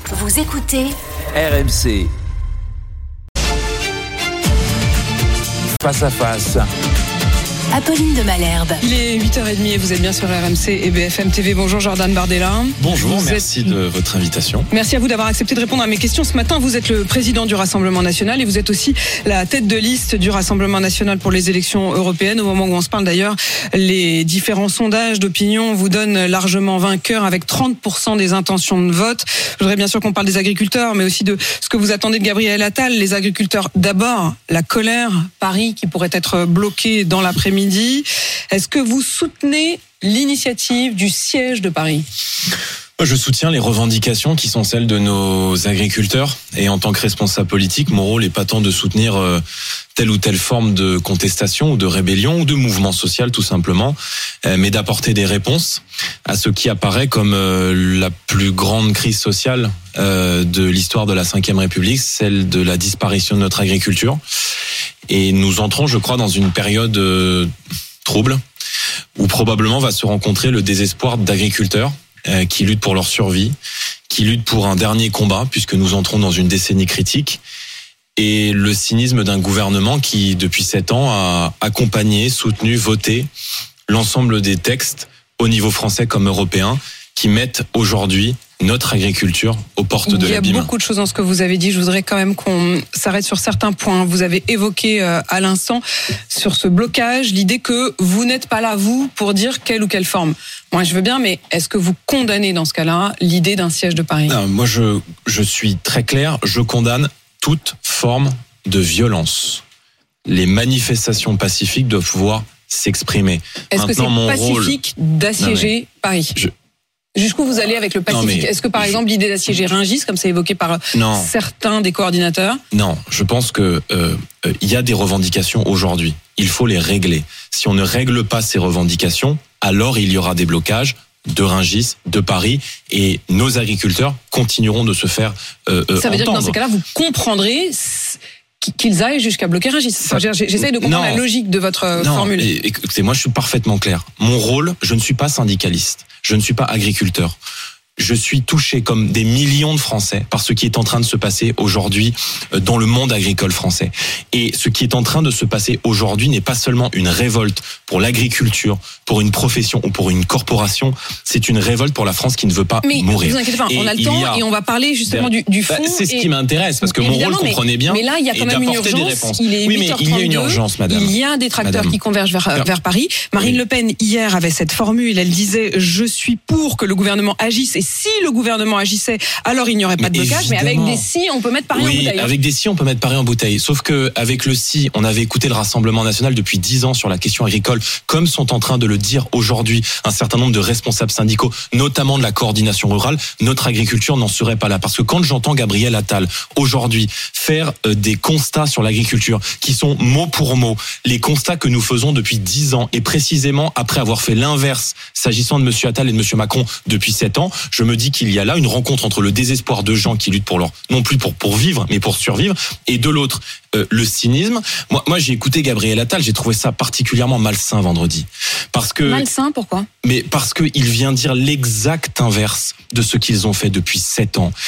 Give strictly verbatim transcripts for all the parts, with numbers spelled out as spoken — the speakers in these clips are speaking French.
Vous écoutez R M C. Face à face. Apolline de Malherbe. Il est huit heures trente et vous êtes bien sur R M C et B F M T V. Bonjour Jordan Bardella. Bonjour, vous merci êtes... de votre invitation. Merci à vous d'avoir accepté de répondre à mes questions ce matin. Vous êtes le président du Rassemblement National et vous êtes aussi la tête de liste du Rassemblement National pour les élections européennes. Au moment où on se parle d'ailleurs, les différents sondages d'opinion vous donnent largement vainqueur avec trente pour cent des intentions de vote. Je voudrais bien sûr qu'on parle des agriculteurs, mais aussi de ce que vous attendez de Gabriel Attal. Les agriculteurs, d'abord, la colère, Paris qui pourrait être bloqué dans l'après-midi. Est-ce que vous soutenez l'initiative du siège de Paris ? Je soutiens les revendications qui sont celles de nos agriculteurs. Et en tant que responsable politique, mon rôle n'est pas tant de soutenir telle ou telle forme de contestation ou de rébellion ou de mouvement social tout simplement, mais d'apporter des réponses à ce qui apparaît comme la plus grande crise sociale de l'histoire de la cinquième République, celle de la disparition de notre agriculture. Et nous entrons, je crois, dans une période euh, trouble où probablement va se rencontrer le désespoir d'agriculteurs euh, qui luttent pour leur survie, qui luttent pour un dernier combat puisque nous entrons dans une décennie critique, et le cynisme d'un gouvernement qui, depuis sept ans, a accompagné, soutenu, voté l'ensemble des textes au niveau français comme européen qui mettent aujourd'hui notre agriculture aux portes de l'abîme. Il y a beaucoup de choses dans ce que vous avez dit. Je voudrais quand même qu'on s'arrête sur certains points. Vous avez évoqué euh, à l'instant sur ce blocage l'idée que vous n'êtes pas là, vous, pour dire quelle ou quelle forme. Moi, je veux bien, mais est-ce que vous condamnez dans ce cas-là l'idée d'un siège de Paris ? Non, moi, je, je suis très clair. Je condamne toute forme de violence. Les manifestations pacifiques doivent pouvoir s'exprimer. Est-ce Maintenant, que c'est pacifique rôle... d'assiéger non, Paris je... Jusqu'où vous allez avec le Pacifique ? Est-ce que par je... exemple l'idée d'assiéger Rungis, comme c'est évoqué par non. certains des coordinateurs ? Non, je pense que euh, euh, y a des revendications aujourd'hui. Il faut les régler. Si on ne règle pas ces revendications, alors il y aura des blocages de Rungis, de Paris, et nos agriculteurs continueront de se faire euh, euh, Ça veut entendre. dire que dans ces cas-là, vous comprendrez qu'ils aillent jusqu'à bloquer Rungis. Enfin, j'essaye de comprendre non. la logique de votre non. formule. Écoutez, moi je suis parfaitement clair. Mon rôle, je ne suis pas syndicaliste. Je ne suis pas agriculteur. Je suis touché comme des millions de Français par ce qui est en train de se passer aujourd'hui dans le monde agricole français. Et ce qui est en train de se passer aujourd'hui n'est pas seulement une révolte pour l'agriculture, pour une profession ou pour une corporation, c'est une révolte pour la France qui ne veut pas mais mourir. Mais vous inquiétez pas, et on a le temps et on va parler justement du, du fond. Bah, c'est ce et... qui m'intéresse parce que mon rôle, comprenez bien, mais là, il y a quand même une urgence. Il est oui, mais il y a une urgence, madame. Il y a des tracteurs madame. qui convergent vers, vers Paris. Marine oui. Le Pen, hier, avait cette formule. Elle disait « Je suis pour que le gouvernement agisse et si le gouvernement agissait, alors il n'y aurait pas de blocage, mais avec des si, on peut mettre Paris oui, en bouteille. Avec des si, on peut mettre Paris en bouteille. Sauf que avec le si, on avait écouté le Rassemblement National depuis dix ans sur la question agricole, comme sont en train de le dire aujourd'hui un certain nombre de responsables syndicaux, notamment de la coordination rurale. Notre agriculture n'en serait pas là. Parce que quand j'entends Gabriel Attal aujourd'hui faire des constats sur l'agriculture qui sont mot pour mot les constats que nous faisons depuis dix ans et précisément après avoir fait l'inverse s'agissant de M. Attal et de M. Macron depuis sept ans, je me dis qu'il y a là une rencontre entre le désespoir de gens qui luttent pour leur, non plus pour, pour vivre, mais pour survivre, et de l'autre, euh, le cynisme. Moi, moi, j'ai écouté Gabriel Attal, j'ai trouvé ça particulièrement malsain vendredi. Parce que, malsain, pourquoi ? Mais parce qu'il vient dire l'exact inverse de ce qu'ils ont fait depuis sept ans.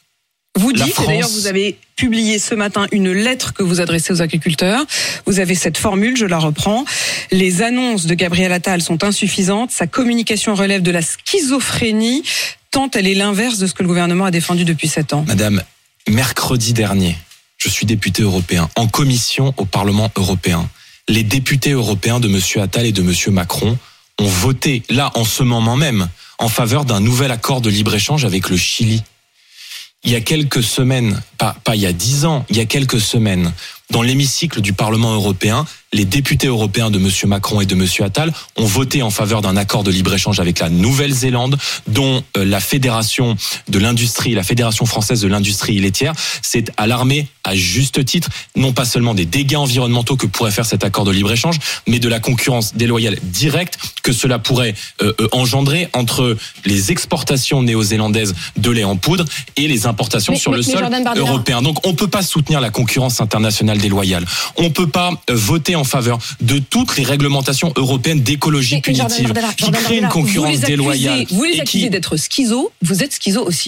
Vous dites, France... et d'ailleurs vous avez publié ce matin une lettre que vous adressez aux agriculteurs. Vous avez cette formule, je la reprends. Les annonces de Gabriel Attal sont insuffisantes. Sa communication relève de la schizophrénie, tant elle est l'inverse de ce que le gouvernement a défendu depuis sept ans. Madame, mercredi dernier, je suis député européen, en commission au Parlement européen. Les députés européens de M. Attal et de M. Macron ont voté, là, en ce moment même, en faveur d'un nouvel accord de libre-échange avec le Chili. Il y a quelques semaines, pas, pas il y a dix ans, il y a quelques semaines, dans l'hémicycle du Parlement européen, les députés européens de M. Macron et de M. Attal ont voté en faveur d'un accord de libre-échange avec la Nouvelle-Zélande, dont la Fédération de l'industrie, la Fédération française de l'industrie laitière, s'est alarmée à juste titre, non pas seulement des dégâts environnementaux que pourrait faire cet accord de libre-échange, mais de la concurrence déloyale directe que cela pourrait euh, engendrer entre les exportations néo-zélandaises de lait en poudre et les importations mais, sur mais, le sol européen. Donc on ne peut pas soutenir la concurrence internationale déloyale. On ne peut pas euh, voter en faveur de toutes les réglementations européennes d'écologie mais, punitive Jordan Bardella, qui Jordan créent Bardella, une concurrence vous les accusez, déloyale. Vous les accusez qui... d'être schizo, vous êtes schizo aussi.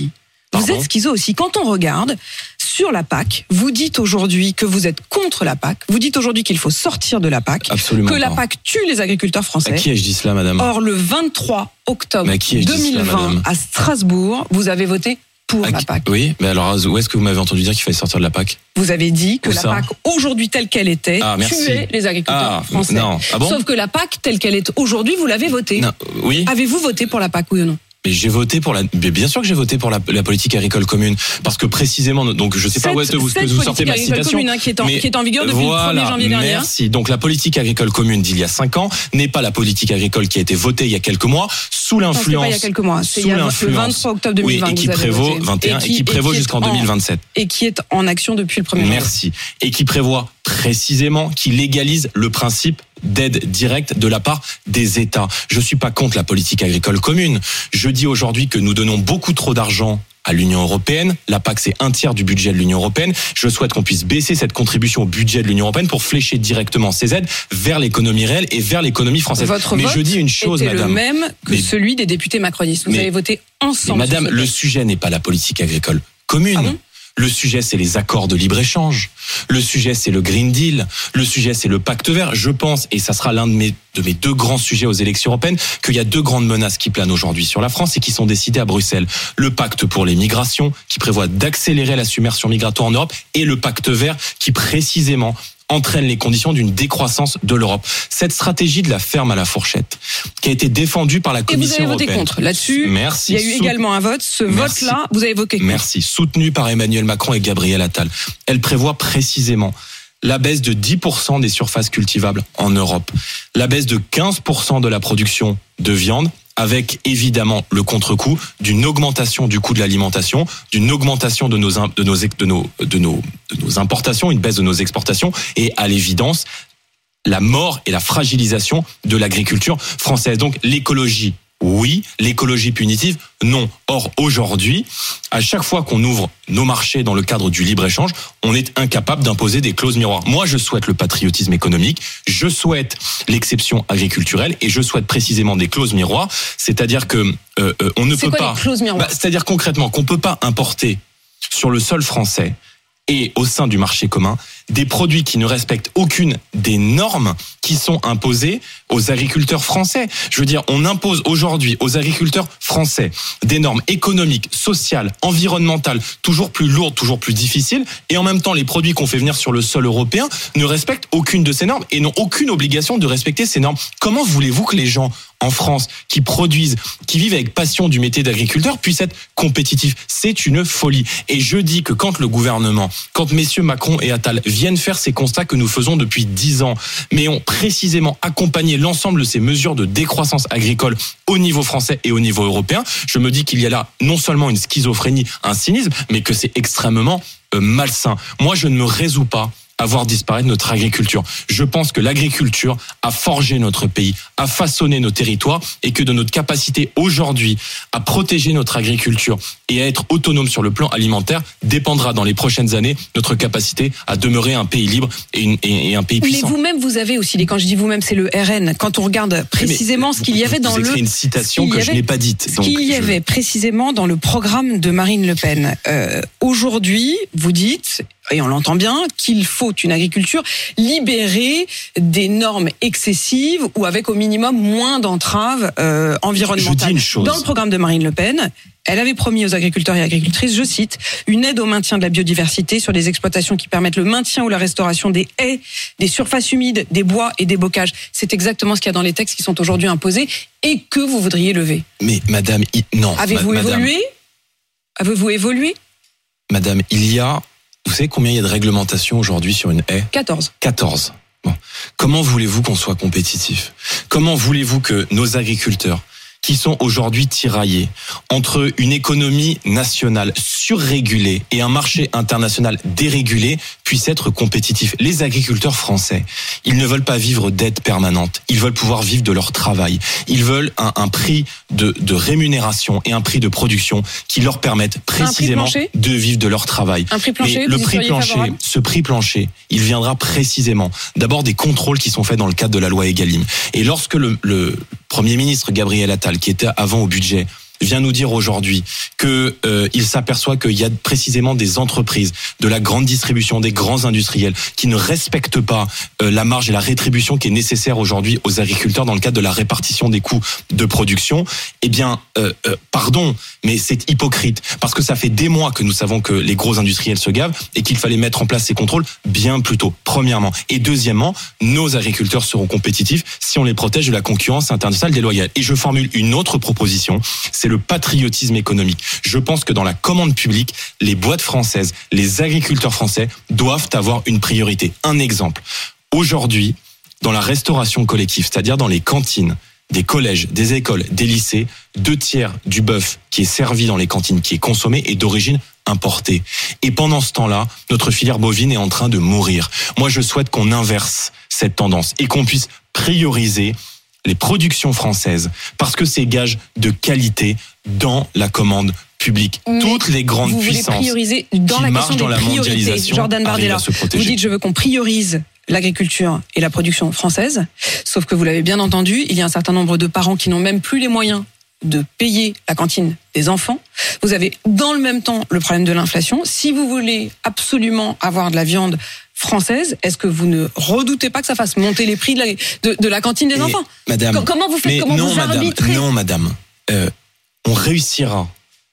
Vous Pardon êtes schizo aussi. Quand on regarde sur la P A C, vous dites aujourd'hui que vous êtes contre la P A C. Vous dites aujourd'hui qu'il faut sortir de la P A C. Absolument que la pas. P A C tue les agriculteurs À français. qui ai-je dit cela, madame? Or, le vingt-trois octobre Mais à qui ai-je dit deux mille vingt, cela, madame à Strasbourg, vous avez voté pour À la qui- P A C. Oui, mais alors où est-ce que vous m'avez entendu dire qu'il fallait sortir de la P A C? Vous avez dit que Où la ça P A C, aujourd'hui telle qu'elle était, Ah, merci. tuait les agriculteurs Ah, français. non. Ah bon? Sauf que la P A C, telle qu'elle est aujourd'hui, vous l'avez votée. Non, oui. Avez-vous voté pour la P A C, oui ou non? Mais j'ai voté pour la. Mais bien sûr que j'ai voté pour la, la politique agricole commune, parce que précisément, donc je sais pas où est-ce que vous, Cette que vous sortez politique ma agricole citation. commune, hein, qui, est en, mais qui est en vigueur depuis voilà, le premier janvier dernier. Merci. Donc la politique agricole commune d'il y a cinq ans n'est pas la politique agricole qui a été votée il y a quelques mois sous Non, c'est l'influence. pas il y a quelques mois, c'est sous il y a le l'influence. vingt-trois octobre deux mille vingt Oui, et que qui vous avez prévaut voté. vingt et un et qui prévaut est jusqu'en en- deux mille vingt-sept. Et qui est en action depuis le premier janvier. Merci. Et qui prévoit précisément, qui légalise le principe d'aide directe de la part des États. Je suis pas contre la politique agricole commune. Je dis aujourd'hui que nous donnons beaucoup trop d'argent à l'Union européenne. La P A C, c'est un tiers du budget de l'Union européenne. Je souhaite qu'on puisse baisser cette contribution au budget de l'Union européenne pour flécher directement ces aides vers l'économie réelle et vers l'économie française. Votre Mais vote je dis une chose, était madame. le même que Mais- celui des députés macronistes. Vous Mais- avez voté Mais ensemble. madame, sur ce le texte. sujet n'est pas la politique agricole commune. Ah bon ? Le sujet, c'est les accords de libre-échange. Le sujet, c'est le Green Deal. Le sujet, c'est le pacte vert. Je pense, et ça sera l'un de mes, de mes deux grands sujets aux élections européennes, qu'il y a deux grandes menaces qui planent aujourd'hui sur la France et qui sont décidées à Bruxelles. Le pacte pour les migrations, qui prévoit d'accélérer la submersion migratoire en Europe, et le pacte vert, qui précisément entraîne les conditions d'une décroissance de l'Europe. Cette stratégie de la ferme à la fourchette, qui a été défendue par la Et Commission vous avez voté européenne. contre. Là-dessus, Merci. il y a eu Sou- également un vote. Ce Merci. vote-là, vous avez voté contre. Merci. Soutenue par Emmanuel Macron et Gabriel Attal. Elle prévoit précisément la baisse de dix pour cent des surfaces cultivables en Europe, la baisse de quinze pour cent de la production de viande, avec évidemment le contre-coup d'une augmentation du coût de l'alimentation, d'une augmentation de nos, de nos, de nos, de nos, de nos importations, une baisse de nos exportations, et à l'évidence, la mort et la fragilisation de l'agriculture française. Donc l'écologie, oui. L'écologie punitive, non. Or, aujourd'hui, à chaque fois qu'on ouvre nos marchés dans le cadre du libre-échange, on est incapable d'imposer des clauses miroirs. Moi, je souhaite le patriotisme économique, je souhaite l'exception agriculturelle et je souhaite précisément des clauses miroirs. C'est-à-dire que euh, euh, on ne C'est peut quoi pas... les clauses miroirs ? Bah, c'est-à-dire concrètement qu'on peut pas importer sur le sol français et au sein du marché commun des produits qui ne respectent aucune des normes qui sont imposées aux agriculteurs français. Je veux dire, on impose aujourd'hui aux agriculteurs français des normes économiques, sociales, environnementales, toujours plus lourdes, toujours plus difficiles, et en même temps, les produits qu'on fait venir sur le sol européen ne respectent aucune de ces normes et n'ont aucune obligation de respecter ces normes. Comment voulez-vous que les gens en France qui produisent, qui vivent avec passion du métier d'agriculteur puissent être compétitifs? C'est une folie. Et je dis que quand le gouvernement, quand messieurs Macron et Attal viennent faire ces constats que nous faisons depuis dix ans, mais ont précisément accompagné l'ensemble de ces mesures de décroissance agricole au niveau français et au niveau européen, je me dis qu'il y a là non seulement une schizophrénie, un cynisme, mais que c'est extrêmement euh, malsain. Moi, je ne me résous pas à voir disparaître notre agriculture. Je pense que l'agriculture a forgé notre pays, a façonné nos territoires et que de notre capacité aujourd'hui à protéger notre agriculture et à être autonome sur le plan alimentaire dépendra dans les prochaines années notre capacité à demeurer un pays libre et, une, et, et un pays Mais puissant. vous-même, vous avez aussi, les- quand je dis vous-même, c'est le R N. Quand on regarde précisément Mais ce qu'il y avait dans vous le... écrivez une citation ce qu'il que y je avait- n'ai pas dite. Ce donc qu'il y je- avait précisément dans le programme de Marine Le Pen. Euh, aujourd'hui, vous dites, et on l'entend bien, qu'il faut une agriculture libérée des normes excessives ou avec au minimum moins d'entraves euh, environnementales. Je dis une chose. Dans le programme de Marine Le Pen, elle avait promis aux agriculteurs et agricultrices, je cite, une aide au maintien de la biodiversité sur des exploitations qui permettent le maintien ou la restauration des haies, des surfaces humides, des bois et des bocages. C'est exactement ce qu'il y a dans les textes qui sont aujourd'hui imposés et que vous voudriez lever. Mais madame, il- non. Avez-vous ma- madame, évolué Avez-vous évolué Madame, il y a, vous savez combien il y a de réglementations aujourd'hui sur une haie? quatorze. quatorze. Bon. Comment voulez-vous qu'on soit compétitif? Comment voulez-vous que nos agriculteurs, qui sont aujourd'hui tiraillés entre une économie nationale surrégulée et un marché international dérégulé, puissent être compétitifs? Les agriculteurs français, ils ne veulent pas vivre d'aide permanente. Ils veulent pouvoir vivre de leur travail. Ils veulent un, un prix de, de rémunération et un prix de production qui leur permettent précisément plancher de vivre de leur travail. Un prix plancher, Mais vous le y prix seriez plancher, favorable ce prix plancher, il viendra précisément d'abord des contrôles qui sont faits dans le cadre de la loi Egalim. Et lorsque le, le Premier ministre Gabriel Attal, qui était avant au budget, vient nous dire aujourd'hui que euh, il s'aperçoit qu'il y a précisément des entreprises de la grande distribution, des grands industriels qui ne respectent pas euh, la marge et la rétribution qui est nécessaire aujourd'hui aux agriculteurs dans le cadre de la répartition des coûts de production, eh bien, euh, euh, pardon, mais c'est hypocrite parce que ça fait des mois que nous savons que les gros industriels se gavent et qu'il fallait mettre en place ces contrôles bien plus tôt, premièrement. Et deuxièmement, nos agriculteurs seront compétitifs si on les protège de la concurrence internationale déloyale. Et je formule une autre proposition, c'est le patriotisme économique. Je pense que dans la commande publique, les boîtes françaises, les agriculteurs français doivent avoir une priorité. Un exemple, aujourd'hui, dans la restauration collective, c'est-à-dire dans les cantines, des collèges, des écoles, des lycées, deux tiers du bœuf qui est servi dans les cantines, qui est consommé, est d'origine importée. Et pendant ce temps-là, notre filière bovine est en train de mourir. Moi, je souhaite qu'on inverse cette tendance et qu'on puisse prioriser les productions françaises parce que c'est gage de qualité dans la commande publique. Mais toutes les grandes vous puissances voulez prioriser dans qui la marchent question dans des la priorités. mondialisation Jordan Bardella, arrivent à se vous protéger. dites je veux qu'on priorise l'agriculture et la production française, sauf que vous l'avez bien entendu, il y a un certain nombre de parents qui n'ont même plus les moyens de payer la cantine des enfants. Vous avez dans le même temps le problème de l'inflation. Si vous voulez absolument avoir de la viande française, est-ce que vous ne redoutez pas que ça fasse monter les prix de la, de, de la cantine des Et enfants? Madame, Comment vous faites, mais comment non, vous madame, arbitrez? non, madame, euh, on réussira.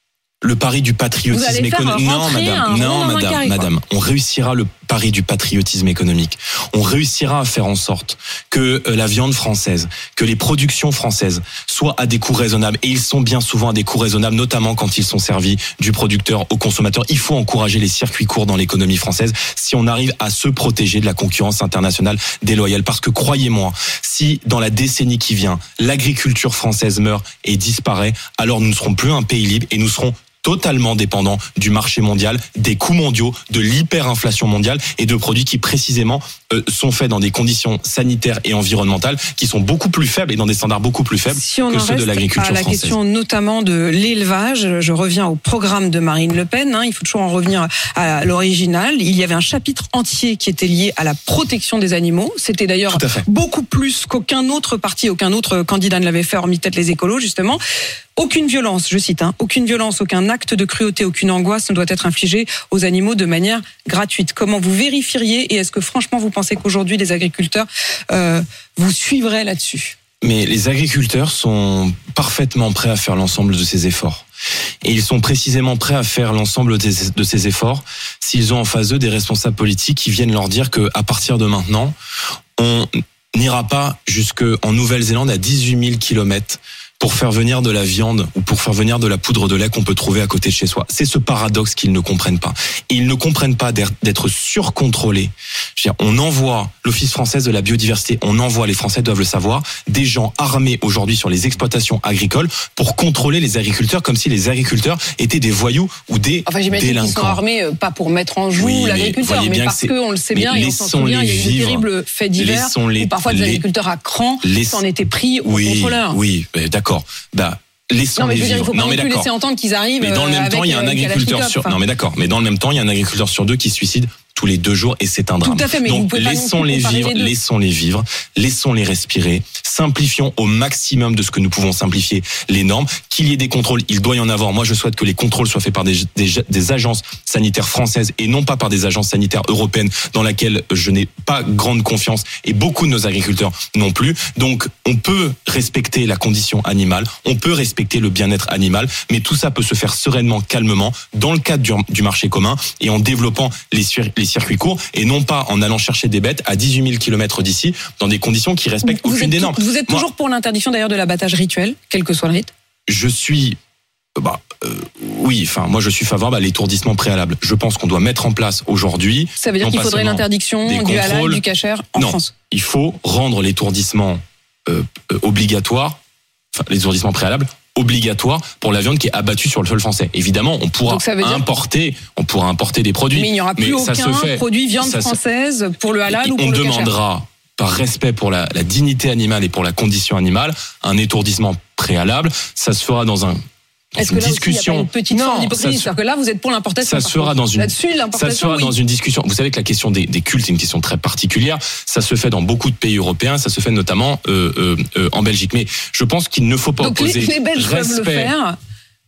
Le pari du patriotisme Vous allez faire économique. Non, rentrer un madame, rond non, dans un madame, carré, quoi. madame. On réussira le pari du patriotisme économique. On réussira à faire en sorte que euh, la viande française, que les productions françaises soient à des coûts raisonnables. Et ils sont bien souvent à des coûts raisonnables, notamment quand ils sont servis du producteur au consommateur. Il faut encourager les circuits courts dans l'économie française si on arrive à se protéger de la concurrence internationale déloyale. Parce que croyez-moi, si dans la décennie qui vient, l'agriculture française meurt et disparaît, alors nous ne serons plus un pays libre et nous serons totalement dépendant du marché mondial, des coûts mondiaux, de l'hyperinflation mondiale et de produits qui précisément euh, sont faits dans des conditions sanitaires et environnementales qui sont beaucoup plus faibles et dans des standards beaucoup plus faibles si on que en ceux de reste l'agriculture à la française. question notamment de l'élevage, je reviens au programme de Marine Le Pen, hein, il faut toujours en revenir à l'original. Il y avait un chapitre entier qui était lié à la protection des animaux. C'était d'ailleurs Tout à fait. beaucoup plus qu'aucun autre parti, aucun autre candidat ne l'avait fait, hormis peut-être les écolos justement. Aucune violence, je cite, hein, aucune violence, aucun acte de cruauté, aucune angoisse ne doit être infligée aux animaux de manière gratuite. Comment vous vérifieriez et est-ce que franchement vous pensez qu'aujourd'hui les agriculteurs euh, vous suivraient là-dessus? Mais les agriculteurs sont parfaitement prêts à faire l'ensemble de ces efforts. Et ils sont précisément prêts à faire l'ensemble de ces efforts s'ils ont en face d'eux des responsables politiques qui viennent leur dire qu'à partir de maintenant, on n'ira pas jusqu'en Nouvelle-Zélande à dix-huit mille kilomètres pour faire venir de la viande ou pour faire venir de la poudre de lait qu'on peut trouver à côté de chez soi. C'est ce paradoxe qu'ils ne comprennent pas. Et ils ne comprennent pas d'être surcontrôlés. Je veux dire, on envoie l'Office français de la biodiversité, on envoie, les Français doivent le savoir, des gens armés aujourd'hui sur les exploitations agricoles pour contrôler les agriculteurs comme si les agriculteurs étaient des voyous ou des Enfin, j'imagine qu'ils sont armés, euh, pas pour mettre en joue Oui, mais l'agriculteur, voyez mais, bien parce que qu'on le sait bien et on s'en laissons-les souvient, il y a eu de vivre. terribles faits divers Laissons-les- où parfois des les- agriculteurs à cran les- s'en étaient pris aux Oui, contrôleurs. oui, ben, d'accord. Bah, laissons Non mais les je veux dire, il vivre. faut pas non non mais plus d'accord. laisser entendre qu'ils arrivent. Mais dans le euh, même temps, avec, il y a un euh, agriculteur Kalachnikov, sur. enfin. Non mais d'accord. Mais dans le même temps, il y a un agriculteur sur deux qui se suicide tous les deux jours et c'est un drame. Tout à fait, mais vous Donc pouvez pas non plus laissons-les comparer vivre, les deux. laissons-les vivre, laissons-les respirer. Simplifions au maximum de ce que nous pouvons simplifier les normes. Qu'il y ait des contrôles, il doit y en avoir. Moi, je souhaite que les contrôles soient faits par des, des, des agences sanitaires françaises et non pas par des agences sanitaires européennes dans laquelle je n'ai pas grande confiance et beaucoup de nos agriculteurs non plus. Donc, on peut respecter la condition animale, on peut respecter le bien-être animal, mais tout ça peut se faire sereinement, calmement, dans le cadre du, du marché commun et en développant les, les circuits courts et non pas en allant chercher des bêtes à dix-huit mille kilomètres d'ici dans des conditions qui respectent Vous aucune êtes, des normes. vous êtes Moi, toujours pour l'interdiction d'ailleurs de l'abattage rituel, quel que soit le rite? je suis bah euh, oui, enfin moi je suis favorable à l'étourdissement préalable. Je pense qu'on doit mettre en place aujourd'hui. Ça veut dire non qu'il pas faudrait seulement l'interdiction des du halal, contrôles. du kasher en Non, France. il faut rendre l'étourdissement euh, euh, obligatoire, enfin l'étourdissement préalable obligatoire pour la viande qui est abattue sur le sol français. Évidemment, on pourra Donc ça veut dire- importer, on pourra importer des produits. Mais il n'y aura plus ça se aucun fait. produit viande Ça se- française pour le halal Et ou pour on le kasher. demandera, par respect pour la, la dignité animale et pour la condition animale, un étourdissement préalable. Ça se fera dans un dans Est-ce une que là aussi, il n'y a pas discussion. une petite forme ça d'hypocrisie? se- C'est-à-dire que là, vous êtes pour l'importation. ça se par fera contre. dans une Là-dessus, ça l'importation, se fera oui. dans une discussion. Vous savez que la question des, des cultes est une question très particulière. Ça se fait dans beaucoup de pays européens. Ça se fait notamment euh, euh, euh, en Belgique. Mais je pense qu'il ne faut pas Donc les, opposer les Belges peuvent le respect. faire.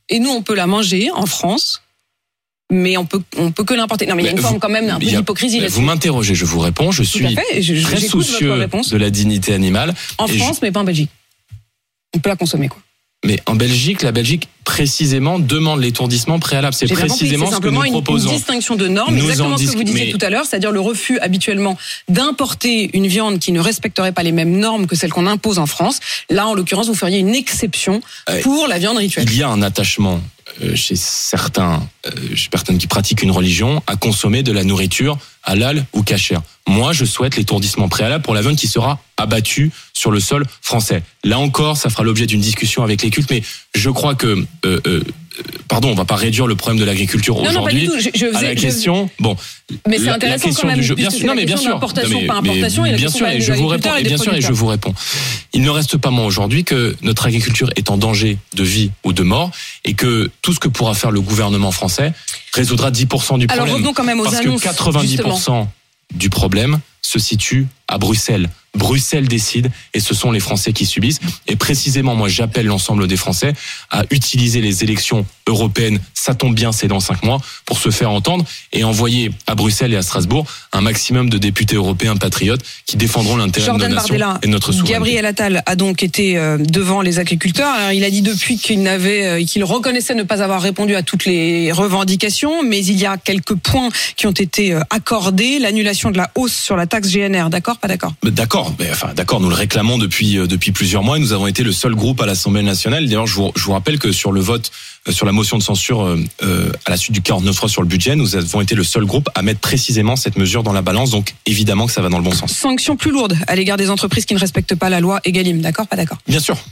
et nous on peut la manger en France, mais on peut on peut que l'importer. Non mais il y a une forme quand même un peu d'hypocrisie là-dessus. Vous m'interrogez, je vous réponds. Je suis je, je, très soucieux de la dignité animale. En France, je... mais pas en Belgique. On peut la consommer, quoi. Mais en Belgique, la Belgique précisément demande l'étourdissement préalable. C'est J'ai précisément compris, c'est ce que nous une, proposons. Une distinction de normes, nous exactement dis... ce que vous disiez mais... tout à l'heure, c'est-à-dire le refus habituellement d'importer une viande qui ne respecterait pas les mêmes normes que celles qu'on impose en France. Là, en l'occurrence, vous feriez une exception pour la viande rituelle. Il y a un attachement chez certains, chez personnes qui pratiquent une religion, à consommer de la nourriture halal ou cachère. Moi, je souhaite l'étourdissement préalable pour la viande qui sera abattue sur le sol français. Là encore, ça fera l'objet d'une discussion avec les cultes, mais je crois que, euh, euh, pardon, on va pas réduire le problème de l'agriculture non, aujourd'hui non, pas du tout. Je, je à la je... question. Bon, mais c'est intéressant la question quand même. Du jeu, bien sûr, non mais bien sûr, importation, mais, pas importation, mais, et la bien sûr, et je vous réponds, et bien sûr, et je vous réponds. Il ne reste pas moins aujourd'hui que notre agriculture est en danger de vie ou de mort, et que tout ce que pourra faire le gouvernement français résoudra dix pour cent du problème. Alors revenons quand même aux parce annonces. Que quatre-vingt-dix pour cent justement. Du problème se situe à Bruxelles. Bruxelles décide et ce sont les Français qui subissent. Et précisément, moi, j'appelle l'ensemble des Français à utiliser les élections européennes. Ça tombe bien, c'est dans cinq mois, pour se faire entendre et envoyer à Bruxelles et à Strasbourg un maximum de députés européens patriotes qui défendront l'intérêt Jordan de la nation Bardella, et de notre souveraineté. Gabriel Attal a donc été devant les agriculteurs. Alors, il a dit depuis qu'il n'avait, qu'il reconnaissait ne pas avoir répondu à toutes les revendications, mais il y a quelques points qui ont été accordés. L'annulation de la hausse sur la taxe G N R, d'accord, pas d'accord ? D'accord. Mais enfin, d'accord, nous le réclamons depuis depuis plusieurs mois. Et nous avons été le seul groupe à l'Assemblée nationale. D'ailleurs, je vous, je vous rappelle que sur le vote, sur la motion de censure euh, à la suite du quarante-neuf trois sur le budget, nous avons été le seul groupe à mettre précisément cette mesure dans la balance. Donc, évidemment que ça va dans le bon sens. Sanctions plus lourdes à l'égard des entreprises qui ne respectent pas la loi Egalim, d'accord, pas d'accord ? Bien sûr.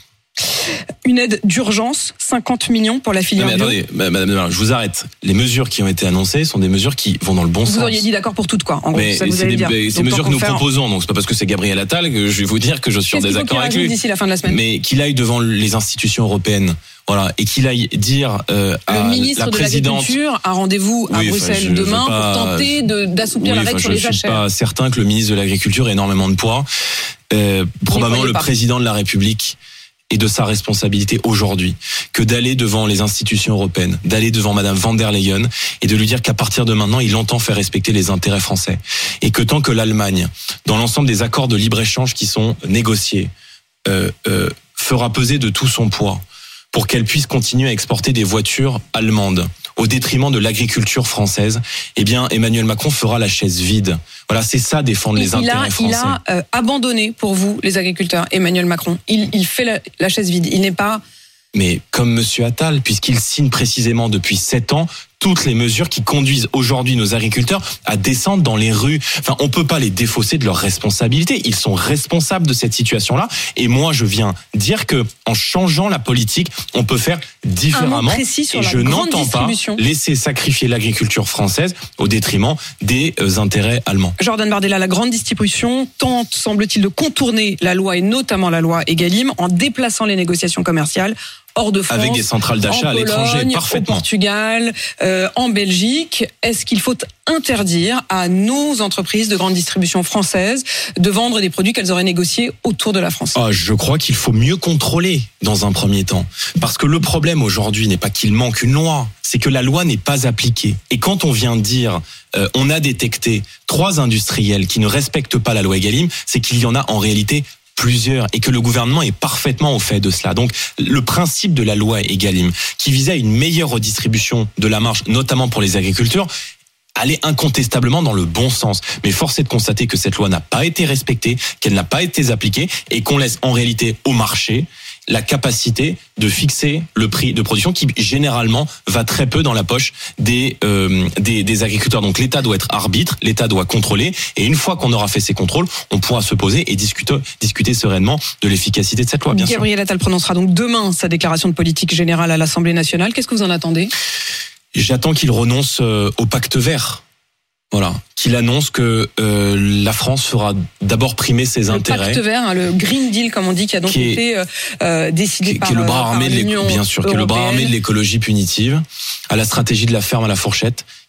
Une aide d'urgence, cinquante millions pour la filière bio. Mais attendez, madame, je vous arrête. Les mesures qui ont été annoncées sont des mesures qui vont dans le bon vous sens. Vous auriez dit d'accord pour toutes, quoi. En gros, mais ça vous c'est allez des, dire. C'est des mesures que nous faire... proposons. Donc c'est pas parce que c'est Gabriel Attal que je vais vous dire que je suis en désaccord avec lui. D'ici la fin de la semaine. Mais qu'il aille devant les institutions européennes. Voilà, et qu'il aille dire euh, à le ministre la présidente... de l'Agriculture a rendez-vous à oui, Bruxelles je, demain je pas... pour tenter de, d'assouplir oui, la règle sur les jachères. Je suis pas certain que le ministre de l'Agriculture ait énormément de poids. Euh, probablement le pas. président de la République et de sa responsabilité aujourd'hui que d'aller devant les institutions européennes, d'aller devant Madame van der Leyen et de lui dire qu'à partir de maintenant, il entend faire respecter les intérêts français et que tant que l'Allemagne, dans l'ensemble des accords de libre-échange qui sont négociés, euh, euh, fera peser de tout son poids pour qu'elle puisse continuer à exporter des voitures allemandes au détriment de l'agriculture française, eh bien Emmanuel Macron fera la chaise vide. Voilà, c'est ça, défendre les il intérêts a, français. Il a euh, abandonné pour vous les agriculteurs, Emmanuel Macron. Il, il fait la, la chaise vide. Il n'est pas... Mais comme Monsieur Attal, puisqu'il signe précisément depuis sept ans toutes les mesures qui conduisent aujourd'hui nos agriculteurs à descendre dans les rues. Enfin, on peut pas les défausser de leurs responsabilités. Ils sont responsables de cette situation-là. Et moi, je viens dire que en changeant la politique, on peut faire différemment. Et je n'entends pas laisser sacrifier l'agriculture française au détriment des intérêts allemands. Jordan Bardella, la grande distribution tente, semble-t-il, de contourner la loi et notamment la loi Egalim en déplaçant les négociations commerciales hors de France, avec des centrales d'achat à l'étranger, parfaitement. Au Portugal, euh, en Belgique. Est-ce qu'il faut interdire à nos entreprises de grande distribution françaises de vendre des produits qu'elles auraient négociés autour de la France ? Ah, je crois qu'il faut mieux contrôler dans un premier temps. Parce que le problème aujourd'hui n'est pas qu'il manque une loi, c'est que la loi n'est pas appliquée. Et quand on vient dire euh, on a détecté trois industriels qui ne respectent pas la loi Egalim, c'est qu'il y en a en réalité plusieurs et que le gouvernement est parfaitement au fait de cela. Donc le principe de la loi Egalim qui visait à une meilleure redistribution de la marge, notamment pour les agriculteurs, allait incontestablement dans le bon sens. Mais force est de constater que cette loi n'a pas été respectée, qu'elle n'a pas été appliquée et qu'on laisse en réalité au marché la capacité de fixer le prix de production qui généralement va très peu dans la poche des euh, des, des agriculteurs. Donc l'État doit être arbitre, l'État doit contrôler et une fois qu'on aura fait ces contrôles, on pourra se poser et discuter discuter sereinement de l'efficacité de cette loi. Bien sûr. Gabriel Attal prononcera donc demain sa déclaration de politique générale à l'Assemblée nationale. Qu'est-ce que vous en attendez ? J'attends qu'il renonce au pacte vert. Voilà, qu'il annonce que euh, la France fera d'abord primer ses le intérêts. Le pacte vert, hein, le Green Deal, comme on dit, qui a donc qui est, été euh, décidé qui, par, qui est le bras par armé l'Union de bien sûr, qui est le bras armé de l'écologie punitive, à la stratégie de la ferme à la fourchette, qui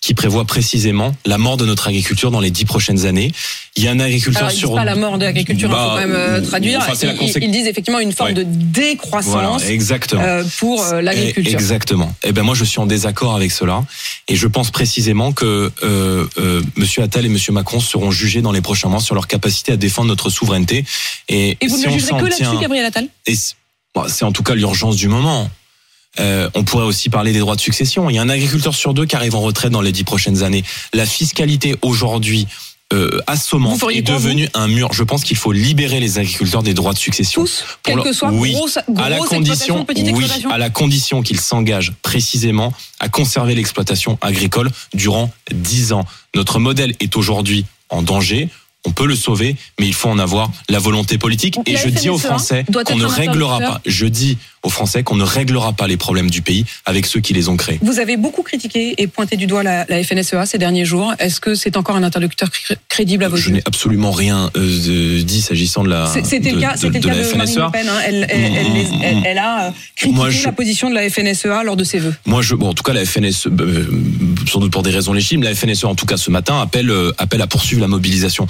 qui prévoit précisément la mort de notre agriculture dans les dix prochaines années. Il y a un agriculteur Alors, ils sur... disent pas la mort de l'agriculture, il bah, faut quand même euh, traduire. Enfin, ils, consé... ils disent effectivement une forme ouais. de décroissance voilà, exactement. Euh, pour euh, l'agriculture. Exactement. Eh ben moi, je suis en désaccord avec cela. Et je pense précisément que euh, euh, Monsieur Attal et Monsieur Macron seront jugés dans les prochains mois sur leur capacité à défendre notre souveraineté. Et, et vous si ne jugerez que tient... là-dessus, Gabriel Attal ? et bon, c'est en tout cas l'urgence du moment. Euh, on pourrait aussi parler des droits de succession. Il y a un agriculteur sur deux qui arrive en retraite dans les dix prochaines années. La fiscalité aujourd'hui euh, assommante est devenue un mur. Je pense qu'il faut libérer les agriculteurs des droits de succession. Tous, quel leur... que soit, oui, grosse, grosse à la condition, petite oui, exploitation. à la condition qu'ils s'engagent précisément à conserver l'exploitation agricole durant dix ans. Notre modèle est aujourd'hui en danger. On peut le sauver, mais il faut en avoir la volonté politique. Donc, et je dis aux Français qu'on ne réglera pas. Je dis aux Français qu'on ne réglera pas les problèmes du pays avec ceux qui les ont créés. Vous avez beaucoup critiqué et pointé du doigt la, la F N S E A ces derniers jours. Est-ce que c'est encore un interlocuteur cr- crédible à vos yeux ? Je n'ai absolument rien euh, dit s'agissant de la c'est, C'était de, le cas, de, c'était de, le cas de de Marine Le Pen. Hein. Elle, elle, elle, elle, elle, elle a critiqué Moi, je... la position de la F N S E A lors de ses vœux. Moi, je, bon, en tout cas, la F N S E A, euh, sans doute pour des raisons légitimes, la F N S E A, en tout cas ce matin, appelle, euh, appelle à poursuivre la mobilisation.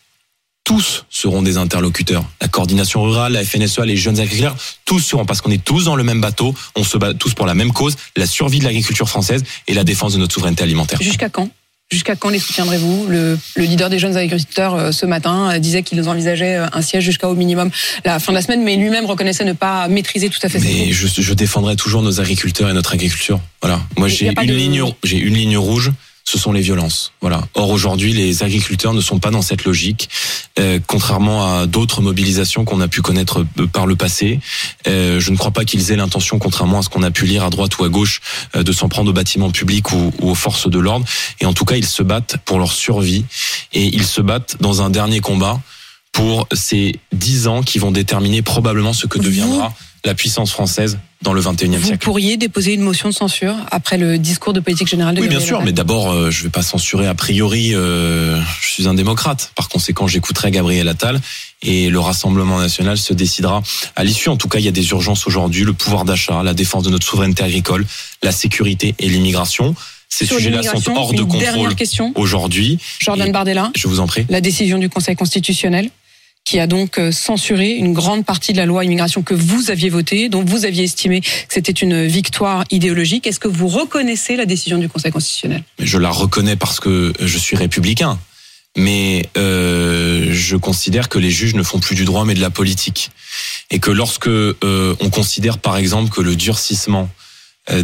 Tous seront des interlocuteurs. La coordination rurale, la F N S E A, les jeunes agriculteurs, tous seront, parce qu'on est tous dans le même bateau, on se bat tous pour la même cause, la survie de l'agriculture française et la défense de notre souveraineté alimentaire. Jusqu'à quand ? Jusqu'à quand les soutiendrez-vous ? le, le leader des jeunes agriculteurs euh, ce matin euh, disait qu'ils envisageaient un siège jusqu'à au minimum la fin de la semaine, mais lui-même reconnaissait ne pas maîtriser tout à fait. Mais je, je défendrai toujours nos agriculteurs et notre agriculture. Voilà. Moi, j'ai une, de... ligne, j'ai une ligne rouge. Ce sont les violences. Voilà. Or aujourd'hui, les agriculteurs ne sont pas dans cette logique, euh, contrairement à d'autres mobilisations qu'on a pu connaître par le passé. Euh, je ne crois pas qu'ils aient l'intention, contrairement à ce qu'on a pu lire à droite ou à gauche, euh, de s'en prendre aux bâtiments publics ou, ou aux forces de l'ordre. Et en tout cas, ils se battent pour leur survie et ils se battent dans un dernier combat pour ces dix ans qui vont déterminer probablement ce que deviendra la puissance française dans le vingt et unième siècle. Vous pourriez déposer une motion de censure après le discours de politique générale de Gabriel Attal ? Oui, bien sûr, mais d'abord, euh, je ne vais pas censurer a priori. Euh, je suis un démocrate. Par conséquent, j'écouterai Gabriel Attal et le Rassemblement national se décidera à l'issue. En tout cas, il y a des urgences aujourd'hui, le pouvoir d'achat, la défense de notre souveraineté agricole, la sécurité et l'immigration. Ces Sur sujets-là sont hors de contrôle aujourd'hui. Jordan Bardella, je vous en prie. La décision du Conseil constitutionnel qui a donc censuré une grande partie de la loi immigration que vous aviez votée, dont vous aviez estimé que c'était une victoire idéologique. Est-ce que vous reconnaissez la décision du Conseil constitutionnel ? Je la reconnais parce que je suis républicain. Mais euh, je considère que les juges ne font plus du droit mais de la politique. Et que lorsque euh, on considère par exemple que le durcissement euh,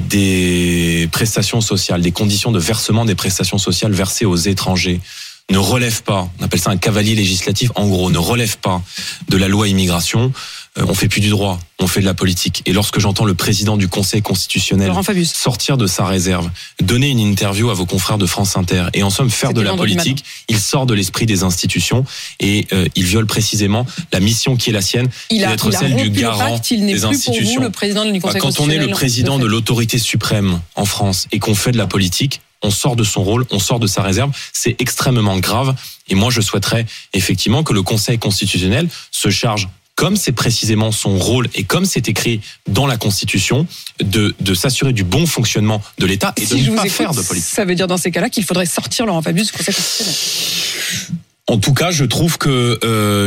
des prestations sociales, des conditions de versement des prestations sociales versées aux étrangers ne relève pas, on appelle ça un cavalier législatif, en gros, ne relève pas de la loi immigration, euh, on fait plus du droit, on fait de la politique. Et lorsque j'entends le président du Conseil constitutionnel sortir de sa réserve, donner une interview à vos confrères de France Inter, et en somme faire C'était de la politique, il sort de l'esprit des institutions et euh, il viole précisément la mission qui est la sienne, il qui est d'être celle du garant il des institutions. Pour vous, le président du Conseil bah, quand on est le président de l'autorité suprême en France et qu'on fait de la politique, on sort de son rôle, on sort de sa réserve, c'est extrêmement grave. Et moi, je souhaiterais effectivement que le Conseil constitutionnel se charge, comme c'est précisément son rôle et comme c'est écrit dans la Constitution, de, de s'assurer du bon fonctionnement de l'État et si de ne pas écoute, faire de politique. Ça veut dire dans ces cas-là qu'il faudrait sortir Laurent Fabius du Conseil constitutionnel. En tout cas, je trouve que euh,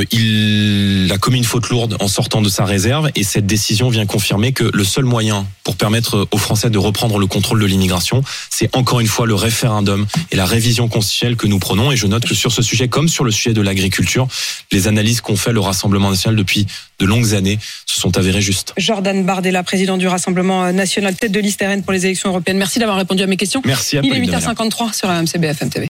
il a commis une faute lourde en sortant de sa réserve et cette décision vient confirmer que le seul moyen pour permettre aux Français de reprendre le contrôle de l'immigration, c'est encore une fois le référendum et la révision constitutionnelle que nous prenons. Et je note que sur ce sujet, comme sur le sujet de l'agriculture, les analyses qu'ont fait le Rassemblement national depuis de longues années se sont avérées justes. Jordan Bardella, président du Rassemblement national, tête de liste R N pour les élections européennes. Merci d'avoir répondu à mes questions. Merci à vous. Il est huit heures cinquante-trois sur A M C B F M T V.